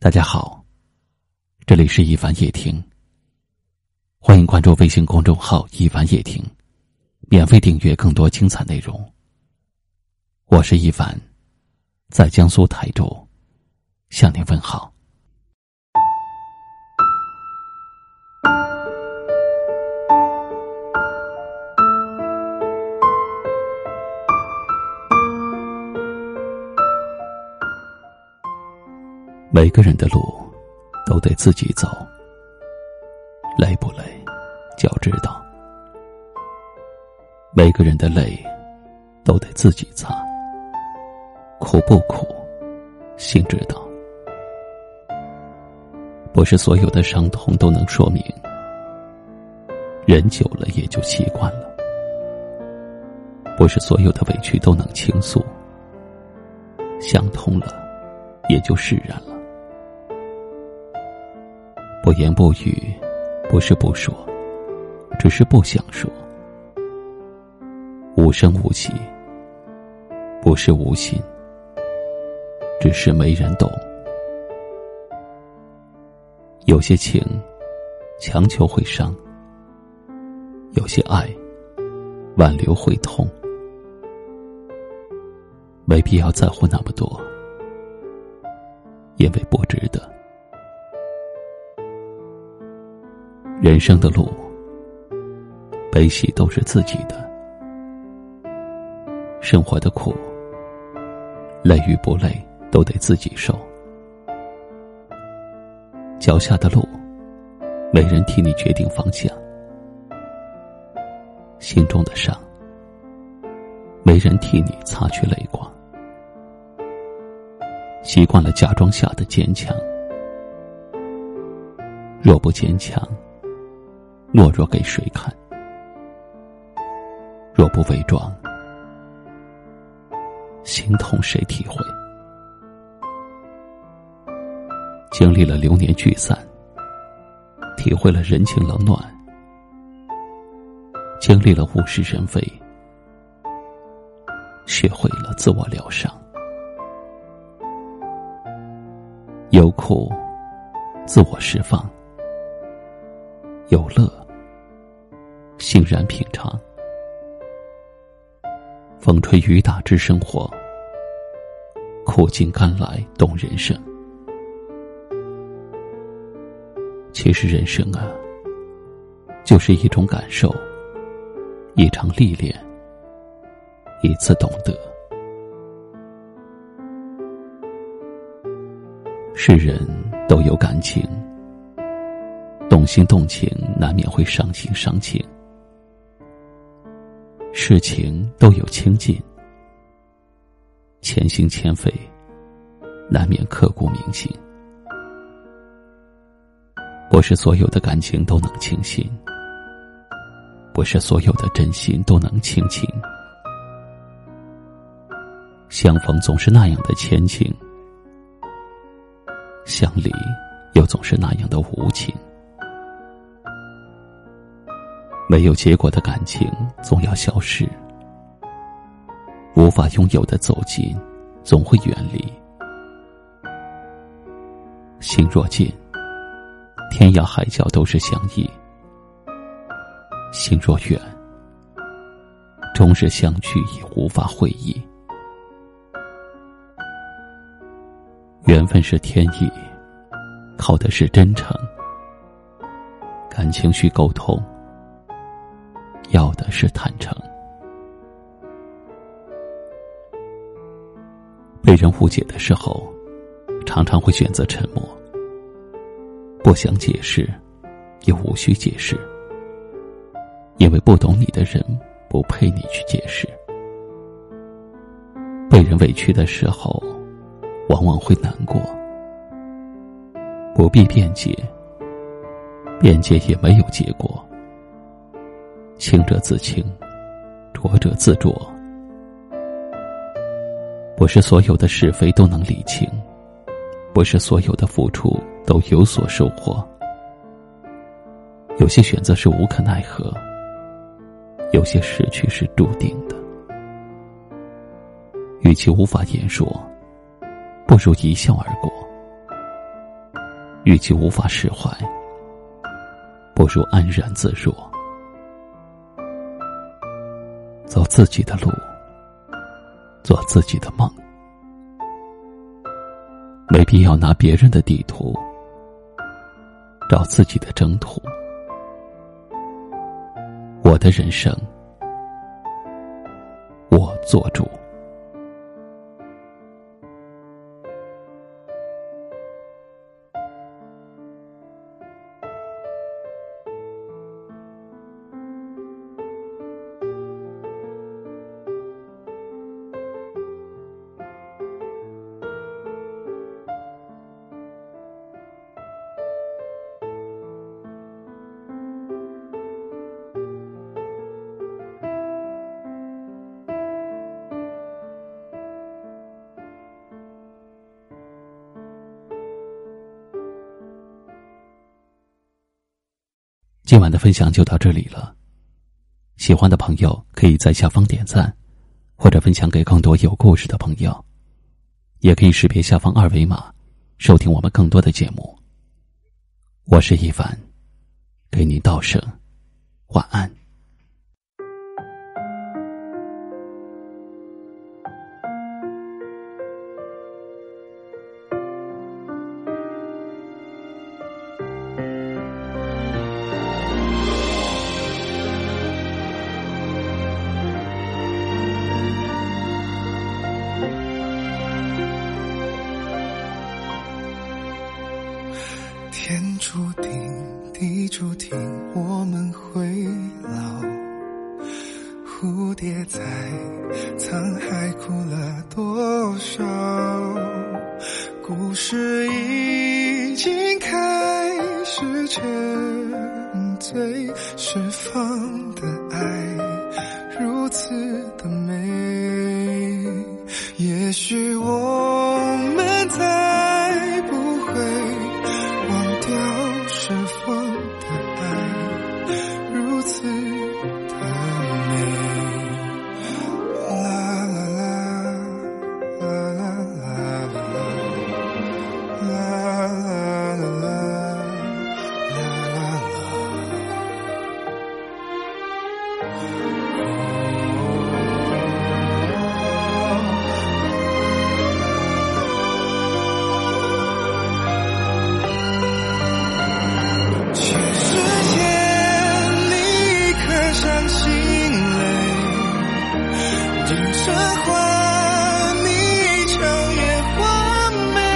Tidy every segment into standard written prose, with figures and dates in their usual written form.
大家好，这里是一凡夜听，欢迎关注微信公众号一凡夜听，免费订阅更多精彩内容。我是一凡，在江苏台州向您问好。每个人的路都得自己走，累不累就要知道。每个人的泪都得自己擦，苦不苦心知道。不是所有的伤痛都能说明，人久了也就习惯了。不是所有的委屈都能倾诉，想通了也就释然了。不言不语，不是不说，只是不想说。无声无息，不是无心，只是没人懂。有些情强求会伤，有些爱挽留会痛。没必要在乎那么多，因为不值得。人生的路，悲喜都是自己的。生活的苦，累与不累都得自己受。脚下的路，没人替你决定方向。心中的伤，没人替你擦去泪光。习惯了假装下的坚强，若不坚强，懦弱给谁看？若不伪装，心痛谁体会？经历了流年聚散，体会了人情冷暖，经历了物是人非，学会了自我疗伤。有苦自我释放，有乐欣然品尝。风吹雨打知生活，苦尽甘来懂人生。其实人生啊，就是一种感受，一场历练，一次懂得。世人都有感情，动心动情难免会伤心伤情，事情都有清尽，千心千肺难免刻骨铭心。不是所有的感情都能倾心，不是所有的真心都能倾情。相逢总是那样的牵情，相离又总是那样的无情。没有结果的感情总要消逝，无法拥有的走近总会远离。心若近，天涯海角都是相依；心若远，终日相聚已无法会意。缘分是天意，靠的是真诚。感情需沟通，要的是坦诚。被人误解的时候，常常会选择沉默，不想解释，也无需解释，因为不懂你的人不配你去解释。被人委屈的时候，往往会难过，不必辩解，辩解也没有结果。清者自清，浊者自浊。不是所有的是非都能理清，不是所有的付出都有所收获。有些选择是无可奈何，有些失去是注定的。与其无法言说，不如一笑而过。 与其无法释怀，不如安然自若，走自己的路，做自己的梦，没必要拿别人的地图找自己的征途。我的人生，我做主。今晚的分享就到这里了，喜欢的朋友可以在下方点赞，或者分享给更多有故事的朋友，也可以识别下方二维码收听我们更多的节目。我是一凡，给您道声晚安。 天注定，地注定，我们会老。蝴蝶在沧海哭了多少？故事已经开始沉醉，释放的爱如此的美。也许我们再不会掉释放的爱如此的美。啦啦啦啦啦啦啦啦啦啦啦生花你强颜欢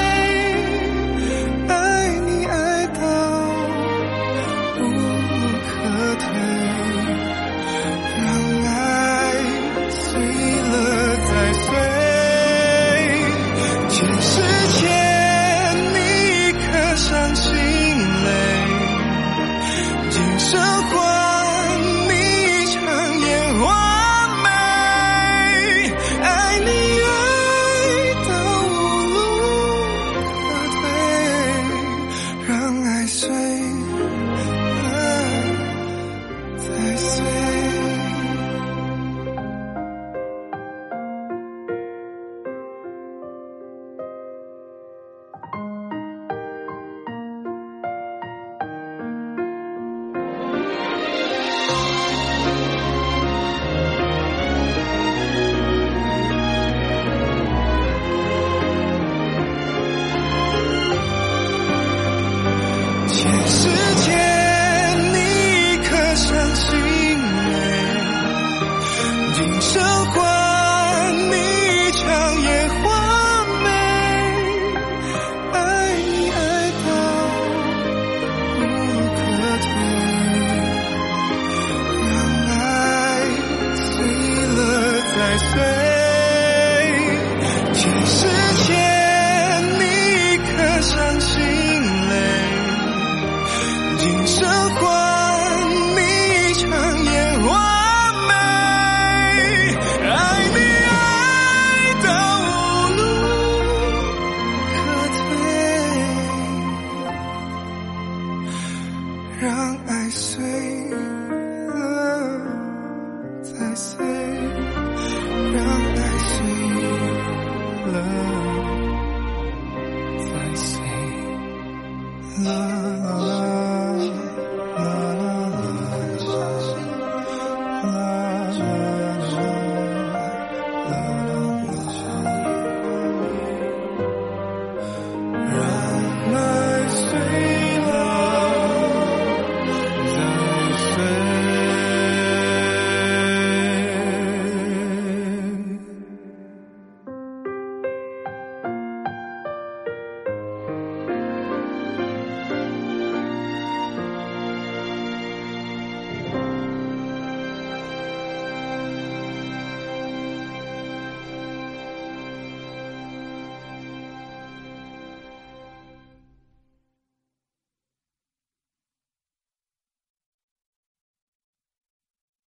美，爱你爱到无路可退，让爱碎了再碎。前世欠你刻上心泪，今生还你强颜欢美。生还你强颜欢美，爱你爱到无路可退，让爱碎了再碎。前世欠你刻上心泪，今生还你强颜欢美。让爱碎了再碎，让爱碎了再碎。 啦啦啦